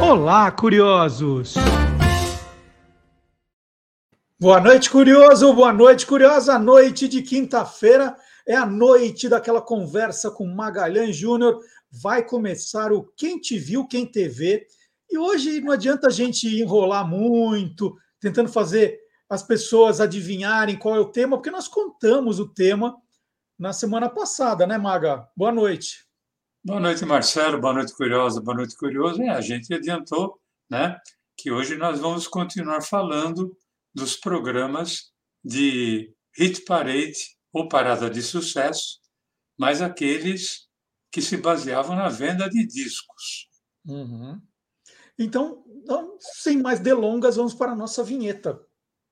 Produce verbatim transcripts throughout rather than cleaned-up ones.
Olá, curiosos! Boa noite, curioso! Boa noite, curiosa! A noite de quinta-feira é a noite daquela conversa com Magalhães Júnior. Vai começar o Quem Te Viu, Quem Te Vê. E hoje não adianta a gente enrolar muito, tentando fazer as pessoas adivinharem qual é o tema, porque nós contamos o tema na semana passada, né, Maga? Boa noite. Boa noite, Marcelo. Boa noite, curiosa. Boa noite, curioso. É, a gente adiantou, né, que hoje nós vamos continuar falando dos programas de hit parade ou parada de sucesso, mas aqueles que se baseavam na venda de discos. Uhum. Então, então, sem mais delongas, vamos para a nossa vinheta.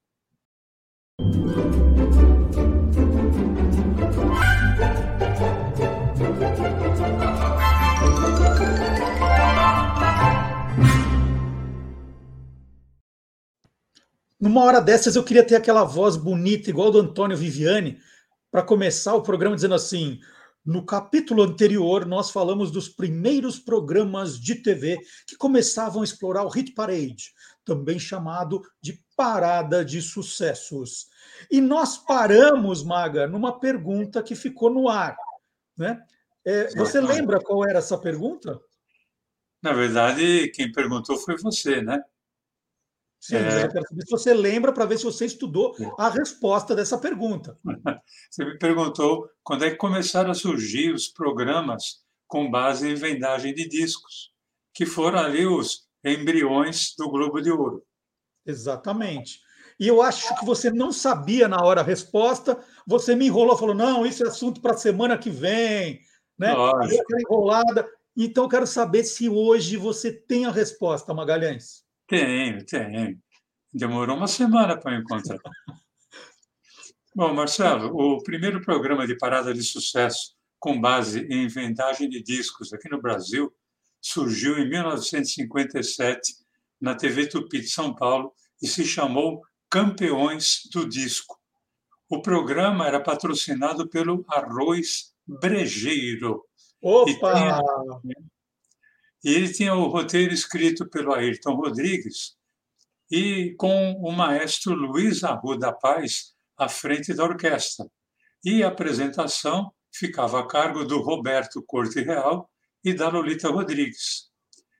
Numa hora dessas, eu queria ter aquela voz bonita, igual do Antônio Viviani, para começar o programa dizendo assim: no capítulo anterior, nós falamos dos primeiros programas de T V que começavam a explorar o Hit Parade, também chamado de Parada de Sucessos. E nós paramos, Maga, numa pergunta que ficou no ar, né? É, você lembra qual era essa pergunta? Na verdade, quem perguntou foi você, né? Sim, mas É, eu quero saber se você lembra para ver se você estudou a resposta dessa pergunta. você me perguntou quando é que começaram a surgir os programas com base em vendagem de discos, que foram ali os embriões do Globo de Ouro. Exatamente. E eu acho que você não sabia na hora a resposta, você me enrolou, falou: não, isso é assunto para a semana que vem, né? Deu Lógico, aquela enrolada. Então, eu quero saber se hoje você tem a resposta, Magalhães. tenho, tenho. Demorou uma semana para encontrar. Bom, Marcelo, o primeiro programa de parada de sucesso com base em vendagem de discos aqui no Brasil surgiu em mil novecentos e cinquenta e sete na T V Tupi de São Paulo e se chamou Campeões do Disco. O programa era patrocinado pelo Arroz Brejeiro e Opa! tinha e ele tinha o roteiro escrito pelo Ayrton Rodrigues e com o maestro Luiz Arruda Paz à frente da orquestra. E a apresentação ficava a cargo do Roberto Corte Real e da Lolita Rodrigues.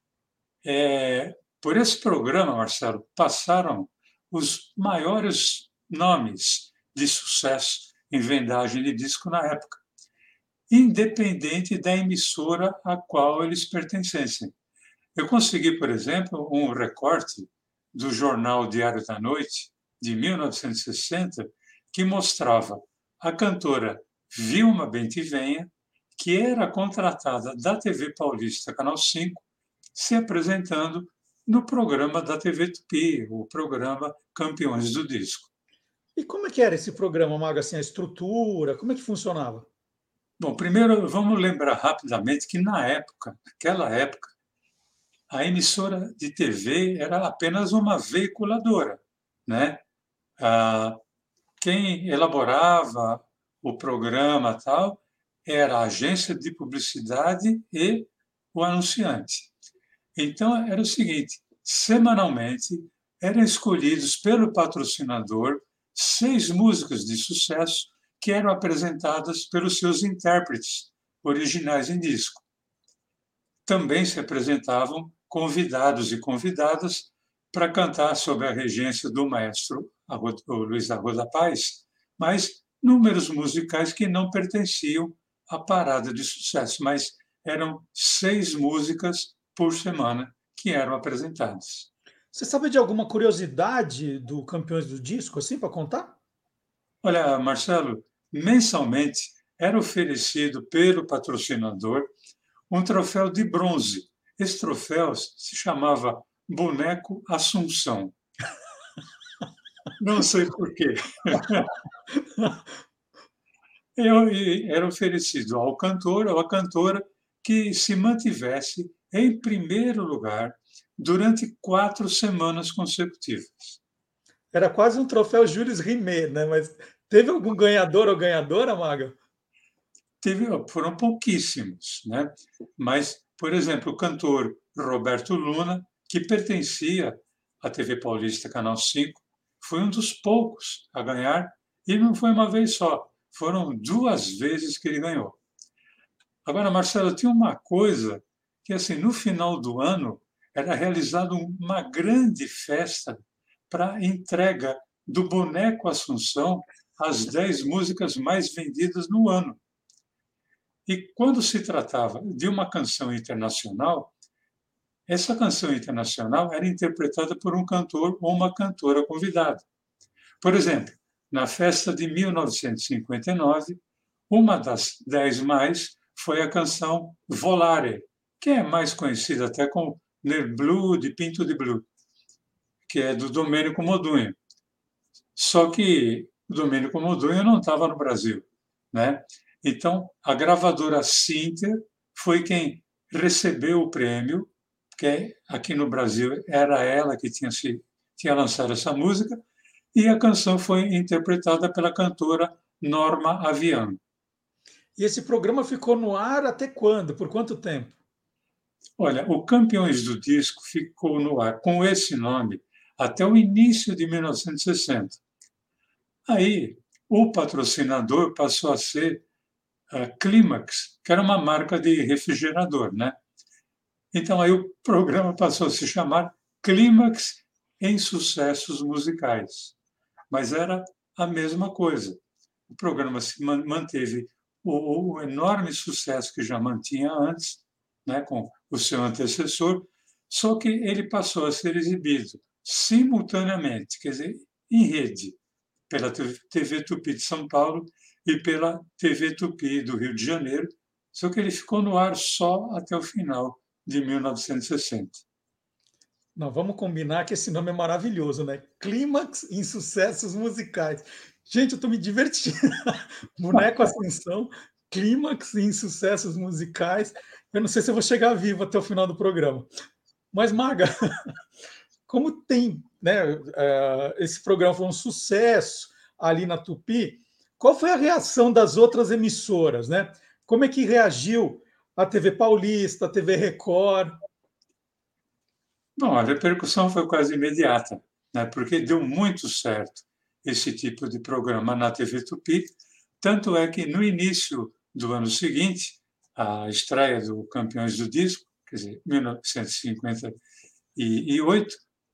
É, por esse programa, Marcelo, passaram os maiores nomes de sucesso em vendagem de disco na época, independente da emissora a qual eles pertencessem. Eu consegui, por exemplo, um recorte do jornal Diário da Noite, de mil novecentos e sessenta, que mostrava a cantora Vilma Bentivenha, que era contratada da T V Paulista, Canal cinco, se apresentando no programa da T V Tupi, o programa Campeões do Disco. E como é que era esse programa, Maga? Assim, a estrutura, como é que funcionava? Bom, primeiro vamos lembrar rapidamente que na época, naquela época, a emissora de T V era apenas uma veiculadora, né? Ah, quem elaborava o programa tal era a agência de publicidade e o anunciante. Então era o seguinte: semanalmente eram escolhidos pelo patrocinador seis músicas de sucesso que eram apresentadas pelos seus intérpretes originais em disco. Também se apresentavam convidados e convidadas para cantar sob a regência do maestro Luiz Arruda Paz, mas números musicais que não pertenciam à parada de sucesso, mas eram seis músicas por semana que eram apresentadas. Você sabe de alguma curiosidade do Campeões do Disco, assim, para contar? Olha, Marcelo, mensalmente era oferecido pelo patrocinador um troféu de bronze. Esse troféu se chamava Boneco Assunção. Não sei por quê. Eu, era oferecido ao cantor ou à cantora que se mantivesse em primeiro lugar durante quatro semanas consecutivas. Era quase um troféu Jules Rimet, né? Mas teve algum ganhador ou ganhadora, Maga? Teve, foram pouquíssimos, né? Mas, por exemplo, o cantor Roberto Luna que pertencia à T V Paulista Canal cinco, foi um dos poucos a ganhar, e não foi uma vez só, foram duas vezes que ele ganhou. Agora, Marcelo, tinha uma coisa que, assim, no final do ano, era realizada uma grande festa para entrega do Boneco Assunção às dez músicas mais vendidas no ano. E quando se tratava de uma canção internacional, essa canção internacional era interpretada por um cantor ou uma cantora convidada. Por exemplo, na festa de mil novecentos e cinquenta e nove, uma das dez mais foi a canção Volare, que é mais conhecida até como Nel Blu di Pinto di Blu, que é do Domênico Modugno. Só que o Domênico Modugno não estava no Brasil, né? Então, a gravadora Sinter foi quem recebeu o prêmio, que aqui no Brasil era ela que tinha, se, tinha lançado essa música, e a canção foi interpretada pela cantora Norma Aviano. E esse programa ficou no ar até quando? Por quanto tempo? Olha, o Campeões do Disco ficou no ar com esse nome até o início de mil novecentos e sessenta. Aí, o patrocinador passou a ser a Climax, que era uma marca de refrigerador, né? Então, aí o programa passou a se chamar Clímax em Sucessos Musicais. Mas era a mesma coisa. O programa se manteve o, o enorme sucesso que já mantinha antes, né, com o seu antecessor, só que ele passou a ser exibido simultaneamente, quer dizer, em rede, pela T V Tupi de São Paulo e pela T V Tupi do Rio de Janeiro, só que ele ficou no ar só até o final de mil novecentos e sessenta. Não, vamos combinar que esse nome é maravilhoso, né? Clímax em Sucessos Musicais. Gente, eu estou me divertindo. Boneco Ascensão, Clímax em Sucessos Musicais. Eu não sei se eu vou chegar vivo até o final do programa. Mas, Maga, como tem, né, uh, esse programa foi um sucesso ali na Tupi, qual foi a reação das outras emissoras, né? Como é que reagiu a T V Paulista, a T V Record? Bom, a repercussão foi quase imediata, né, porque deu muito certo esse tipo de programa na T V Tupi, tanto é que no início do ano seguinte, a estreia do Campeões do Disco, quer dizer, mil novecentos e cinquenta e oito,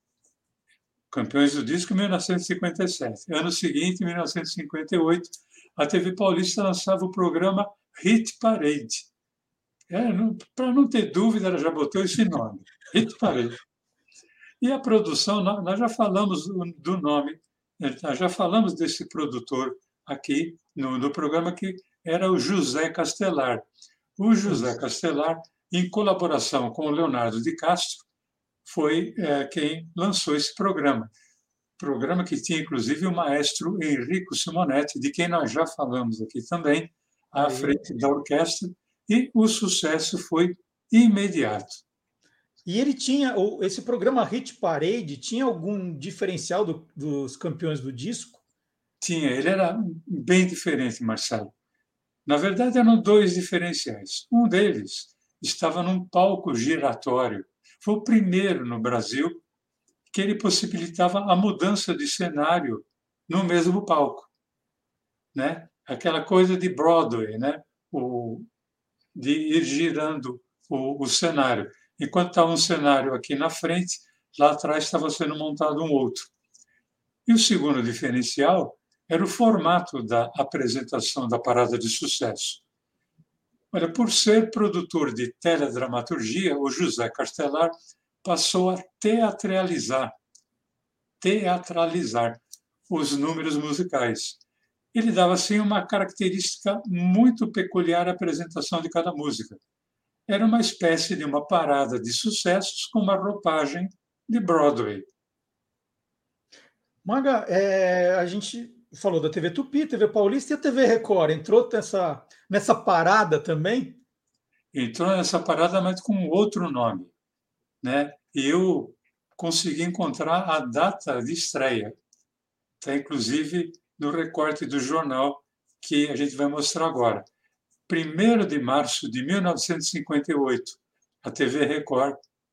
Campeões do Disco mil novecentos e cinquenta e sete. Ano seguinte, mil novecentos e cinquenta e oito, a T V Paulista lançava o programa Hit Parade. É, para não ter dúvida, ela já botou esse nome, Hit Parade. E a produção, nós já falamos do nome, nós já falamos desse produtor aqui no, no programa, que era o José Castelar. O José Castelar, em colaboração com o Leonardo de Castro, foi é, quem lançou esse programa. Programa que tinha, inclusive, o maestro Enrico Simonetti, de quem nós já falamos aqui também, à Aí. frente da orquestra, e o sucesso foi imediato. E ele tinha, esse programa Hit Parade, tinha algum diferencial do, dos Campeões do Disco? Tinha, ele era bem diferente, Marcelo. Na verdade, eram dois diferenciais. Um deles estava num palco giratório. Foi o primeiro no Brasil que ele possibilitava a mudança de cenário no mesmo palco, né? Aquela coisa de Broadway, né? O, de ir girando o, o cenário. Enquanto estava um cenário aqui na frente, lá atrás estava sendo montado um outro. E o segundo diferencial era o formato da apresentação da parada de sucesso. Olha, por ser produtor de teledramaturgia, o José Castelar passou a teatralizar, teatralizar os números musicais. Ele dava, assim, uma característica muito peculiar à apresentação de cada música. Era uma espécie de uma parada de sucessos com uma roupagem de Broadway. Maga, é, a gente falou da T V Tupi, T V Paulista e a T V Record. Entrou nessa, nessa parada também? Entrou nessa parada, mas com outro nome, né? E eu consegui encontrar a data de estreia. Está, inclusive, no recorte do jornal que a gente vai mostrar agora. primeiro de março de mil novecentos e cinquenta e oito, a T V Record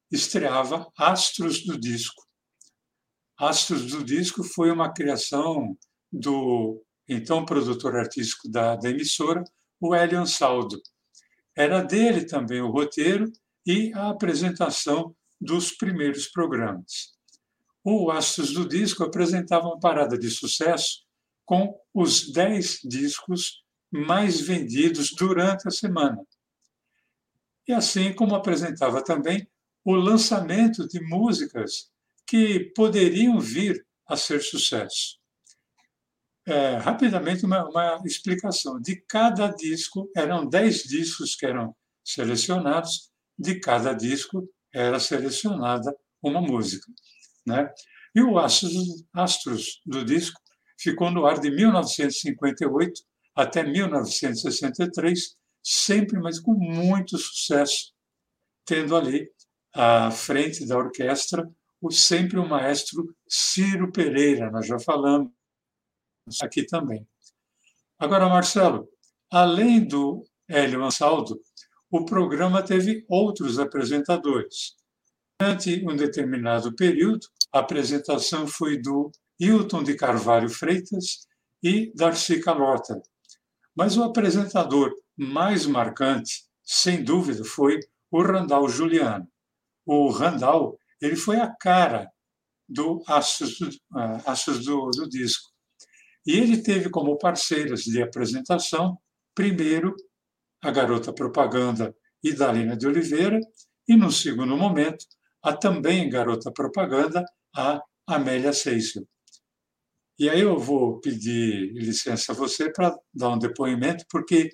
estreava Astros do Disco. Astros do Disco foi uma criação do então produtor artístico da, da emissora, o Hélio Ansaldo. Era dele também o roteiro e a apresentação dos primeiros programas. O Astros do Disco apresentava uma parada de sucesso com os dez discos mais vendidos durante a semana. E assim como apresentava também o lançamento de músicas que poderiam vir a ser sucesso. É, rapidamente, uma, uma explicação. De cada disco, eram dez discos que eram selecionados, de cada disco era selecionada uma música, né? E o Astros, Astros do Disco ficou no ar de mil novecentos e cinquenta e oito até mil novecentos e sessenta e três, sempre, mas com muito sucesso, tendo ali à frente da orquestra o sempre o maestro Ciro Pereira, nós já falamos aqui também. Agora, Marcelo, além do Hélio Ansaldo, o programa teve outros apresentadores. Durante um determinado período, a apresentação foi do Hilton de Carvalho Freitas e Darcy Calota. Mas o apresentador mais marcante, sem dúvida, foi o Randall Juliano. O Randall, ele foi a cara do Astros do, uh, Astros do, do Disco. E ele teve como parceiras de apresentação, primeiro, a garota propaganda Idalina de Oliveira e, no segundo momento, a também garota propaganda, a Amélia Seisel. E aí eu vou pedir licença a você para dar um depoimento, porque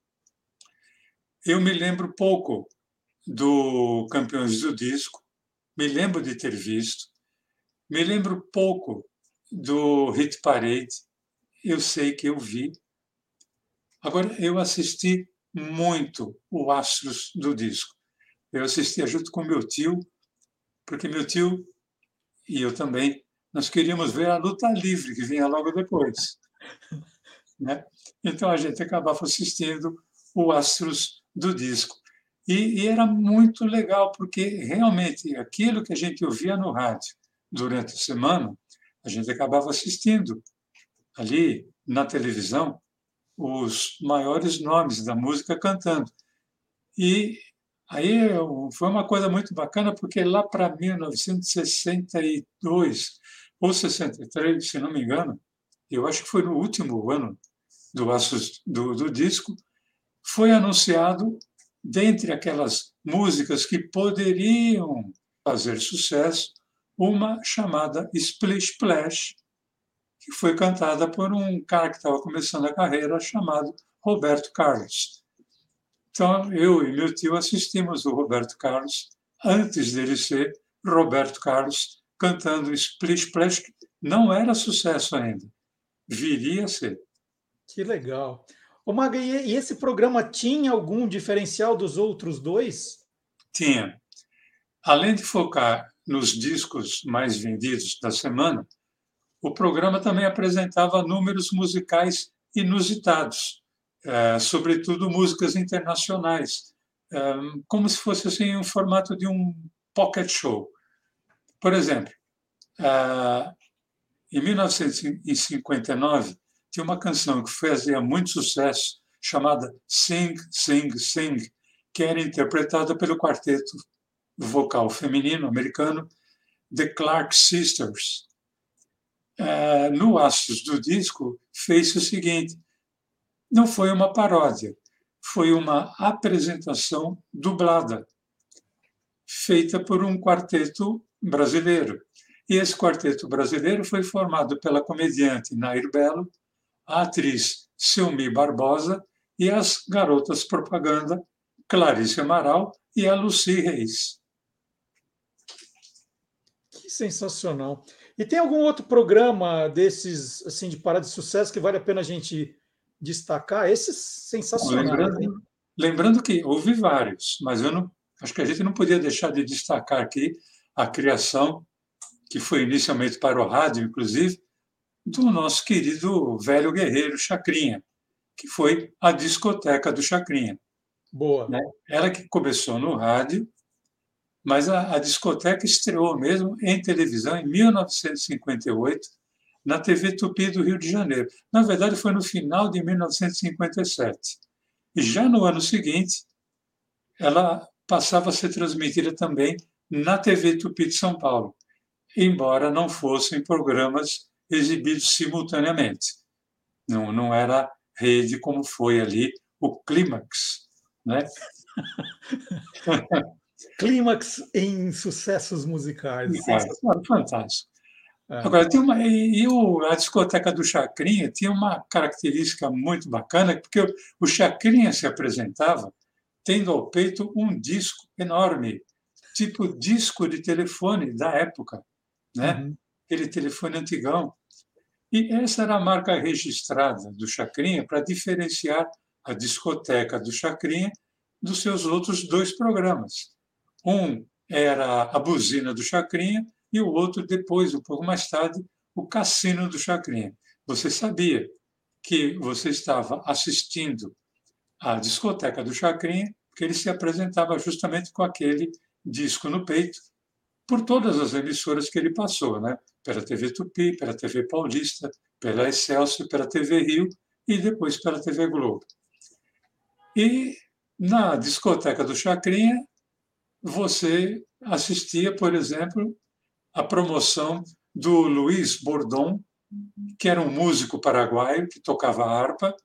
eu me lembro pouco do Campeões do Disco, me lembro de ter visto, me lembro pouco do Hit Parade, eu sei que eu vi. Agora, eu assisti muito o Astros do Disco. Eu assistia junto com meu tio, porque meu tio e eu também, nós queríamos ver a luta livre, que vinha logo depois, né? Então, a gente acabava assistindo o Astros do Disco. E, e era muito legal, porque realmente aquilo que a gente ouvia no rádio durante a semana, a gente acabava assistindo ali na televisão os maiores nomes da música cantando. E aí foi uma coisa muito bacana, porque lá para mil novecentos e sessenta e dois ou sessenta e três, se não me engano, eu acho que foi no último ano do, do, do disco, foi anunciado, dentre aquelas músicas que poderiam fazer sucesso, uma chamada Splish Splash, que foi cantada por um cara que estava começando a carreira, chamado Roberto Carlos. Então, eu e meu tio assistimos o Roberto Carlos, antes dele ser Roberto Carlos, cantando Splish Splash, que não era sucesso ainda, viria a ser. Que legal. Ô, Maga, e esse programa tinha algum diferencial dos outros dois? Tinha. Além de focar nos discos mais vendidos da semana, o programa também apresentava números musicais inusitados, é, sobretudo músicas internacionais, é, como se fosse assim um formato de um pocket show. Por exemplo, é, em mil novecentos e cinquenta e nove, tinha uma canção que fazia muito sucesso, chamada Sing, Sing, Sing, que era interpretada pelo quarteto vocal feminino americano The Clark Sisters. Uh, no Astros do Disco, fez o seguinte: não foi uma paródia, foi uma apresentação dublada, feita por um quarteto brasileiro. E esse quarteto brasileiro foi formado pela comediante Nair Belo, a atriz Selmi Barbosa e as garotas propaganda Clarice Amaral e a Lucy Reis. Que sensacional. E tem algum outro programa desses, assim, de parada de sucesso que vale a pena a gente destacar? Esses sensacionais. Lembrando, lembrando que houve vários, mas eu não, acho que a gente não podia deixar de destacar aqui a criação, que foi inicialmente para o rádio, inclusive, do nosso querido velho guerreiro Chacrinha, que foi a discoteca do Chacrinha. Boa. Né? Ela que começou no rádio, Mas a, a discoteca estreou mesmo em televisão em mil novecentos e cinquenta e oito, na T V Tupi do Rio de Janeiro. Na verdade, foi no final de mil novecentos e cinquenta e sete. E já no ano seguinte, ela passava a ser transmitida também na T V Tupi de São Paulo, embora não fossem programas exibidos simultaneamente. Não, não era rede como foi ali o Clímax, né? Clímax em sucessos musicais. Sensacional. Fantástico. É. Agora, tem uma, e, e o, a discoteca do Chacrinha tinha uma característica muito bacana, porque o, o Chacrinha se apresentava tendo ao peito um disco enorme, tipo disco de telefone da época, né? Uhum. Aquele telefone antigão. E essa era a marca registrada do Chacrinha para diferenciar a discoteca do Chacrinha dos seus outros dois programas. Um era a buzina do Chacrinha e o outro, depois, um pouco mais tarde, o cassino do Chacrinha. Você sabia que você estava assistindo à discoteca do Chacrinha, porque ele se apresentava justamente com aquele disco no peito, por todas as emissoras que ele passou, né? Pela T V Tupi, pela T V Paulista, pela Excelsior, pela T V Rio e depois pela T V Globo. E na discoteca do Chacrinha, você assistia, por exemplo, a promoção do Luiz Bordon, que era um músico paraguaio que tocava harpa,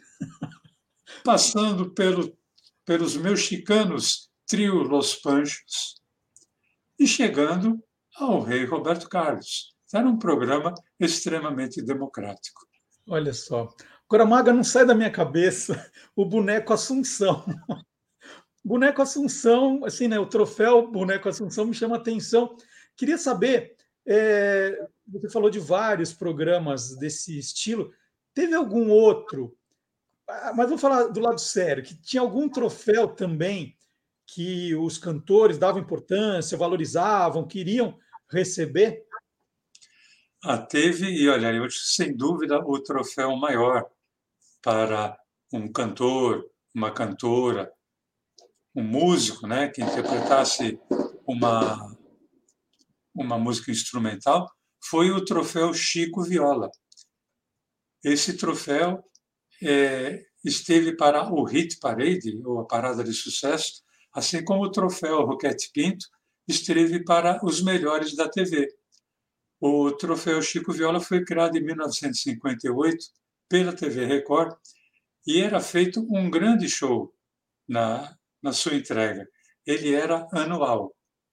passando pelo, pelos mexicanos trio Los Panchos e chegando ao rei Roberto Carlos. Era um programa extremamente democrático. Olha só. Agora, Maga, não sai da minha cabeça o boneco Assunção. Boneco Assunção, assim, né? O troféu Boneco Assunção me chama a atenção. Queria saber, é, você falou de vários programas desse estilo. Teve algum outro? Ah, mas vamos falar do lado sério, que tinha algum troféu também que os cantores davam importância, valorizavam, queriam receber? Ah, teve, e olha, eu, sem dúvida, o troféu maior para um cantor, uma cantora, um músico, né, que interpretasse uma, uma música instrumental, foi o troféu Chico Viola. Esse troféu é, esteve para o Hit Parade, ou a Parada de Sucesso, assim como o troféu Roquete Pinto esteve para os melhores da T V. O troféu Chico Viola foi criado em mil novecentos e cinquenta e oito pela T V Record e era feito um grande show na, na sua entrega. Ele era anual.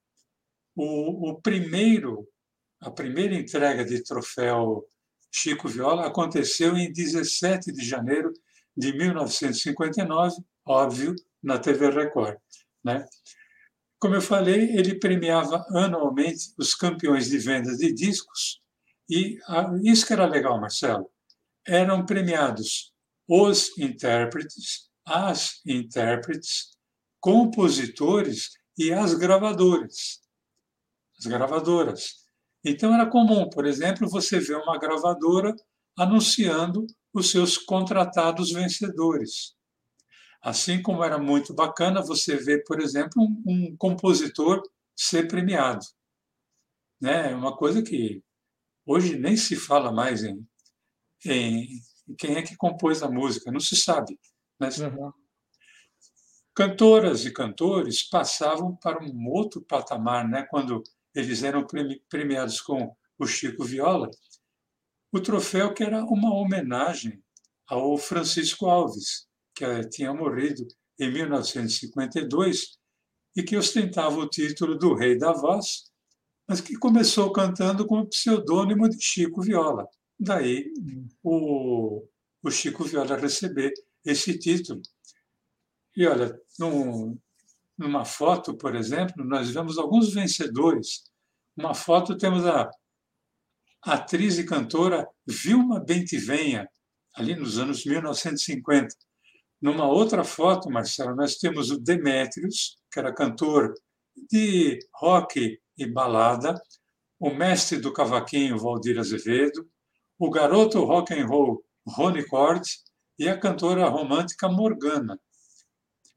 O, o primeiro, a primeira entrega de troféu Chico Viola aconteceu em dezessete de janeiro de mil novecentos e cinquenta e nove, óbvio, na T V Record, né? Como eu falei, ele premiava anualmente os campeões de vendas de discos e ah, isso que era legal, Marcelo, eram premiados os intérpretes, as intérpretes, compositores e as gravadoras. As gravadoras. Então era comum, por exemplo, você ver uma gravadora anunciando os seus contratados vencedores. Assim como era muito bacana você ver, por exemplo, um, um compositor ser premiado. Né? É uma coisa que hoje nem se fala mais em, em quem é que compôs a música, não se sabe. Né? Uhum. Cantoras e cantores passavam para um outro patamar, né? Quando eles eram premiados com o Chico Viola, o troféu que era uma homenagem ao Francisco Alves, que tinha morrido em mil novecentos e cinquenta e dois e que ostentava o título do Rei da Voz, mas que começou cantando com o pseudônimo de Chico Viola. Daí o, o Chico Viola receber esse título. E olha, num, numa foto, por exemplo, nós vemos alguns vencedores. Uma foto temos a atriz e cantora Vilma Bentivenha, ali nos anos mil novecentos e cinquenta. Numa outra foto, Marcelo, nós temos o Demétrios, que era cantor de rock e balada, o mestre do cavaquinho, Valdir Azevedo, o garoto rock and roll, Rony Cord, e a cantora romântica Morgana.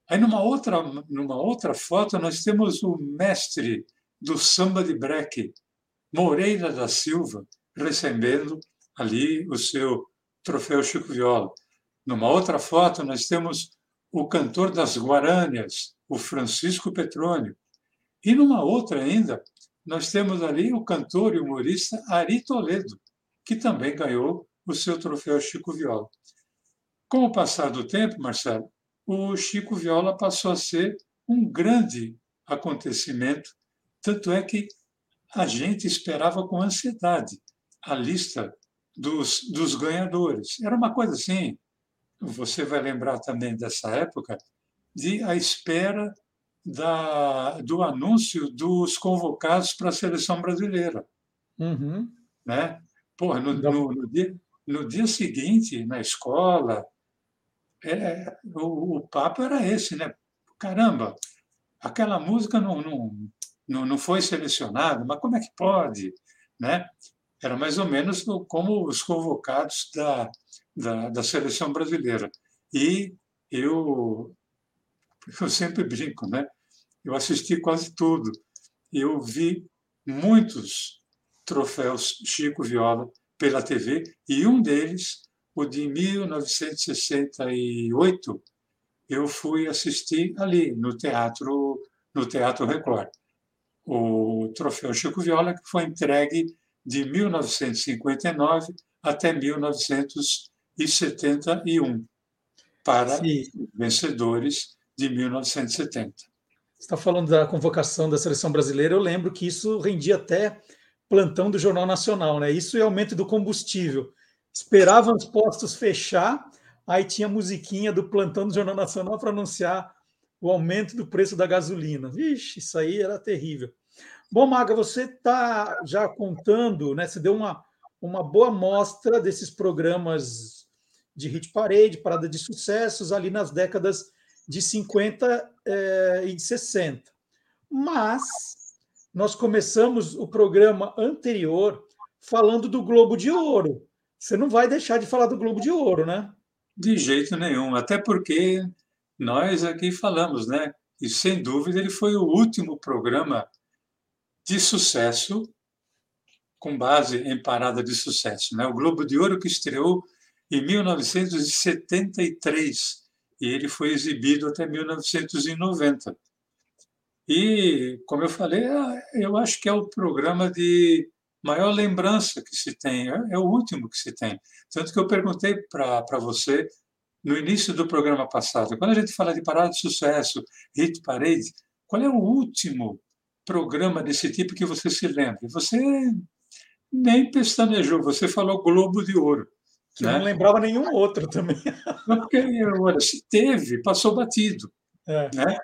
Aí, numa outra, numa outra foto, nós temos o mestre do samba de breque, Moreira da Silva, recebendo ali o seu troféu Chico Viola. Numa outra foto, nós temos o cantor das Guarânias, o Francisco Petrônio. E numa outra ainda, nós temos ali o cantor e humorista Ari Toledo, que também ganhou o seu troféu Chico Viola. Com o passar do tempo, Marcelo, o Chico Viola passou a ser um grande acontecimento, tanto é que a gente esperava com ansiedade a lista dos, dos ganhadores. Era uma coisa assim, você vai lembrar também dessa época, de a espera da, do anúncio dos convocados para a seleção brasileira. Uhum. Né? Porra, no, Da- no, no, dia, no dia seguinte, na escola, é, o, o papo era esse, né? Caramba, aquela música não, não, não, não foi selecionada, mas como é que pode? Né? Era mais ou menos como os convocados da, da, da seleção brasileira. E eu, eu sempre brinco, né? Eu assisti quase tudo. Eu vi muitos troféus Chico Viola pela T V, e um deles, o de mil novecentos e sessenta e oito, eu fui assistir ali, no Teatro, no Teatro Record. O troféu Chico Viola, que foi entregue de mil novecentos e cinquenta e nove até mil novecentos e setenta e um para Sim. os vencedores de mil novecentos e setenta. Você está falando da convocação da seleção brasileira, eu lembro que isso rendia até plantão do Jornal Nacional, né? Isso e aumento do combustível. Esperavam os postos fechar, aí tinha a musiquinha do plantão do Jornal Nacional para anunciar o aumento do preço da gasolina. Vixe, isso aí era terrível. Bom, Maga, você está já contando, né? Você deu uma, uma boa amostra desses programas de hit parade, parada de sucessos ali nas décadas de cinquenta eh, e de sessenta. Mas nós começamos o programa anterior falando do Globo de Ouro. Você não vai deixar de falar do Globo de Ouro, né? De jeito nenhum, até porque nós aqui falamos, né? E sem dúvida ele foi o último programa de sucesso com base em parada de sucesso, né? O Globo de Ouro, que estreou em mil novecentos e setenta e três e ele foi exibido até mil novecentos e noventa. E, como eu falei, eu acho que é o programa de maior lembrança que se tem, é o último que se tem. Tanto que eu perguntei para você no início do programa passado, quando a gente fala de parada de sucesso, hit parade, qual é o último programa desse tipo que você se lembra? Você nem pestanejou, você falou Globo de Ouro, Que eu não né? lembrava nenhum outro também. Mas porque, olha, se teve, passou batido, É. né?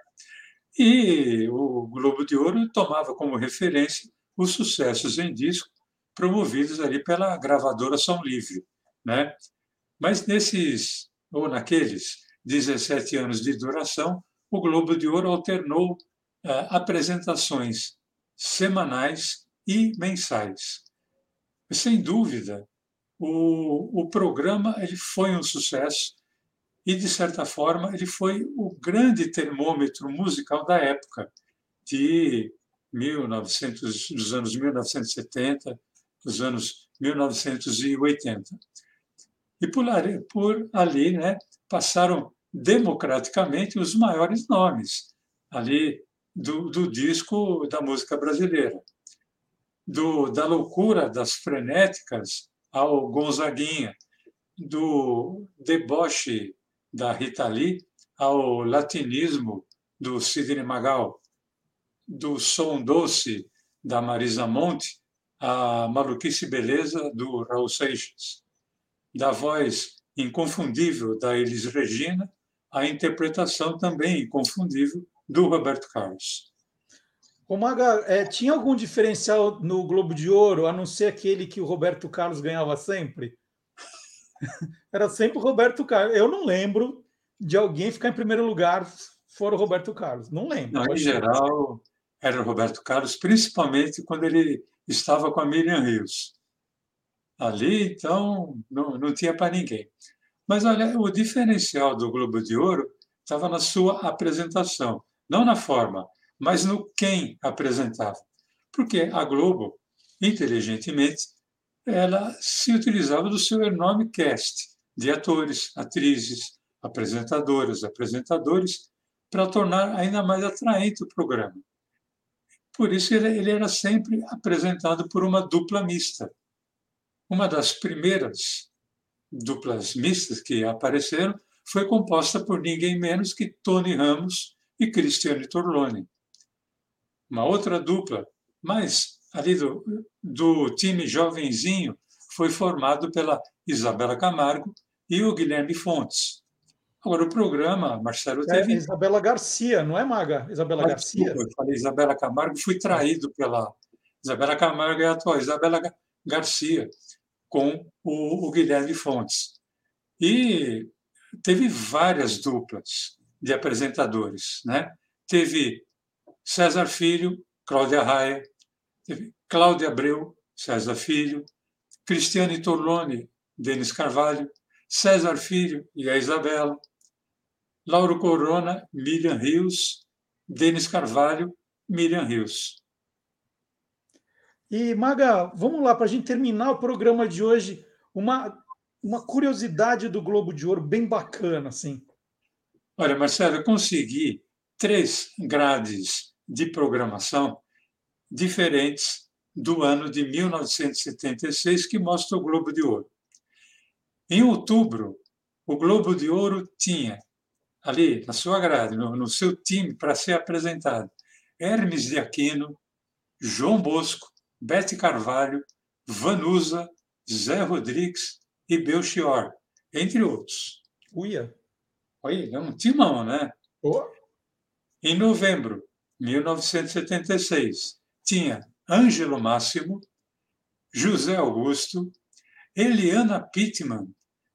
E o Globo de Ouro tomava como referência os sucessos em disco promovidos ali pela gravadora Som Livre, né? Mas nesses, ou naqueles dezessete anos de duração, o Globo de Ouro alternou eh, apresentações semanais e mensais. Sem dúvida, o, o programa ele foi um sucesso e, de certa forma, ele foi o grande termômetro musical da época, de mil e novecentos, dos anos mil novecentos e setenta, dos anos mil novecentos e oitenta. E por ali, por ali né, passaram democraticamente os maiores nomes ali do, do disco da música brasileira. Do, da loucura das frenéticas ao Gonzaguinha, do deboche da Rita Lee ao latinismo do Sidney Magal, do som doce da Marisa Monte à maluquice beleza do Raul Seixas, da voz inconfundível da Elis Regina à interpretação também inconfundível do Roberto Carlos. Ô, Maga, é, tinha algum diferencial no Globo de Ouro, a não ser aquele que o Roberto Carlos ganhava sempre? Era sempre o Roberto Carlos. Eu não lembro de alguém ficar em primeiro lugar fora o Roberto Carlos. Não lembro. Não, em Pode ser. geral, era o Roberto Carlos, principalmente quando ele estava com a Miriam Rios. Ali, então, não, não tinha para ninguém. Mas olha, o diferencial do Globo de Ouro estava na sua apresentação, não na forma, mas no quem apresentava. Porque a Globo, inteligentemente, ela se utilizava do seu enorme cast de atores, atrizes, apresentadoras, apresentadores, para tornar ainda mais atraente o programa. Por isso, ele, ele era sempre apresentado por uma dupla mista. Uma das primeiras duplas mistas que apareceram foi composta por ninguém menos que Tony Ramos e Cristiane Torlone. Uma outra dupla, mas ali do, do time jovenzinho, foi formado pela Isabela Camargo e o Guilherme Fontes. Agora, o programa, Marcelo, teve... É Isabela Garcia, não é, Maga? Isabela Ah, Garcia? desculpa, eu falei Isabela Camargo, fui traído pela... Isabela Camargo é a atual Isabela Garcia, com o, o Guilherme Fontes. E teve várias duplas de apresentadores, né? Teve César Filho, Cláudia Raia, teve Cláudia Abreu, César Filho, Cristiane Torlone, Denis Carvalho, César Filho e a Isabela, Lauro Corona, Miriam Rios, Denis Carvalho, Miriam Rios. E, Maga, vamos lá, para a gente terminar o programa de hoje, uma, uma curiosidade do Globo de Ouro bem bacana, assim. Olha, Marcelo, eu consegui três grades de programação diferentes do ano de mil novecentos e setenta e seis, que mostra o Globo de Ouro. Em outubro, o Globo de Ouro tinha ali, na sua grade, no, no seu time, para ser apresentado, Hermes de Aquino, João Bosco, Bete Carvalho, Vanusa, Zé Rodrigues e Belchior, entre outros. Uia. Olha, é um timão, né? Oh. Em novembro de mil novecentos e setenta e seis, tinha Ângelo Máximo, José Augusto, Eliana Pittman,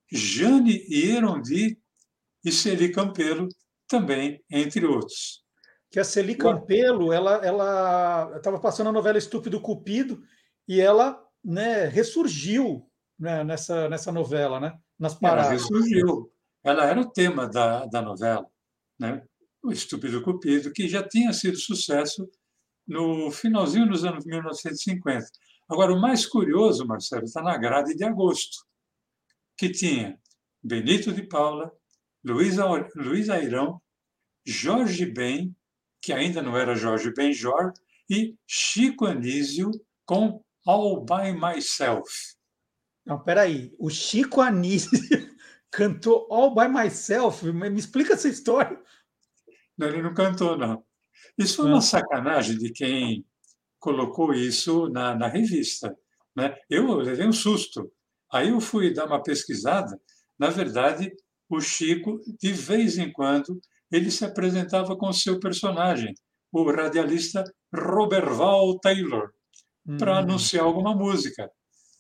Jane Hierondi e Celi Campelo, também, entre outros. Que a Celi Campelo, ela ela estava passando a novela Estúpido Cupido e ela, né, ressurgiu, né, nessa, nessa novela, né, nas Ela paradas. ressurgiu. Ela era o tema da, da novela, né? O Estúpido Cupido, que já tinha sido sucesso no finalzinho dos anos mil novecentos e cinquenta. Agora, o mais curioso, Marcelo, está na grade de agosto, que tinha Benito de Paula, Luiz, Luiz Airão, Jorge Ben, que ainda não era Jorge Benjor, e Chico Anísio com All By Myself. Não, peraí. O Chico Anísio cantou All By Myself? Me explica essa história. Não, ele não cantou, não. Isso foi uma sacanagem de quem colocou isso na, na revista, né? Eu levei um susto. Aí eu fui dar uma pesquisada. Na verdade, o Chico, de vez em quando, ele se apresentava com o seu personagem, o radialista Roberval Taylor, hum. para anunciar alguma música,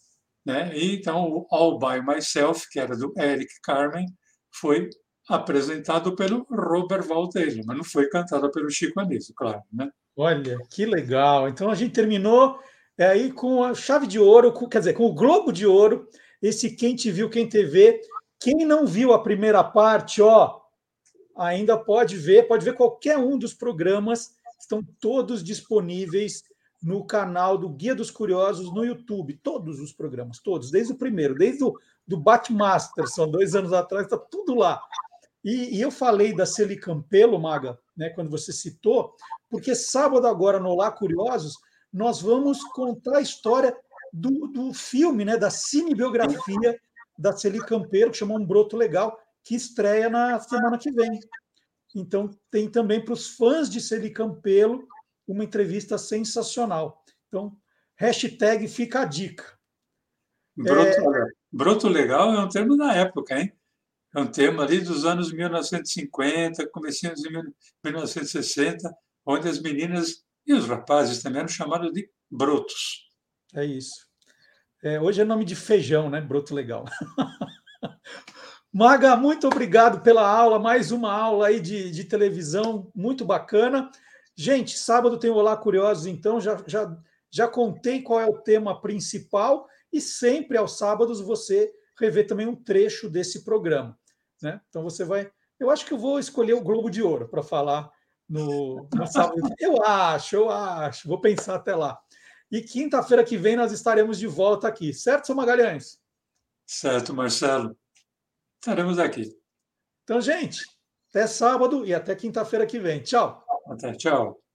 né? E então, o All By Myself, que era do Eric Carmen, foi apresentado pelo Roberval Taylor, mas não foi cantado pelo Chico Anísio, claro, né? Olha, que legal. Então a gente terminou aí com a chave de ouro, com, quer dizer, com o Globo de Ouro, esse Quem Te Viu, Quem Te Vê. Quem não viu a primeira parte, ó, ainda pode ver, pode ver qualquer um dos programas, estão todos disponíveis no canal do Guia dos Curiosos no YouTube. Todos os programas, todos, desde o primeiro, desde o do Batmaster, são dois anos atrás, está tudo lá. E, e eu falei da Celi Campelo, Maga, né, quando você citou, porque sábado agora no Olá Curiosos, nós vamos contar a história do, do filme, né, da cinebiografia da Celi Campelo, que chamou Um Broto Legal, que estreia na semana que vem. Então, tem também para os fãs de Celi Campelo uma entrevista sensacional. Então, hashtag fica a dica. Broto, é... Broto Legal é um termo da época, hein? É um termo ali dos anos mil novecentos e cinquenta, comecinho de mil novecentos e sessenta, onde as meninas e os rapazes também eram chamados de brotos. É isso. É, hoje é nome de feijão, né? Broto Legal. Maga, muito obrigado pela aula, mais uma aula aí de, de televisão, muito bacana. Gente, sábado tem o Olá Curiosos, então já, já, já contei qual é o tema principal e sempre aos sábados você revê também um trecho desse programa, né? Então você vai Eu acho que eu vou escolher o Globo de Ouro para falar no, no sábado. Eu acho, eu acho. Vou pensar até lá. E quinta-feira que vem nós estaremos de volta aqui, certo, seu Magalhães? Certo, Marcelo. Estaremos aqui. Então, gente, até sábado e até quinta-feira que vem. Tchau. Até, tchau.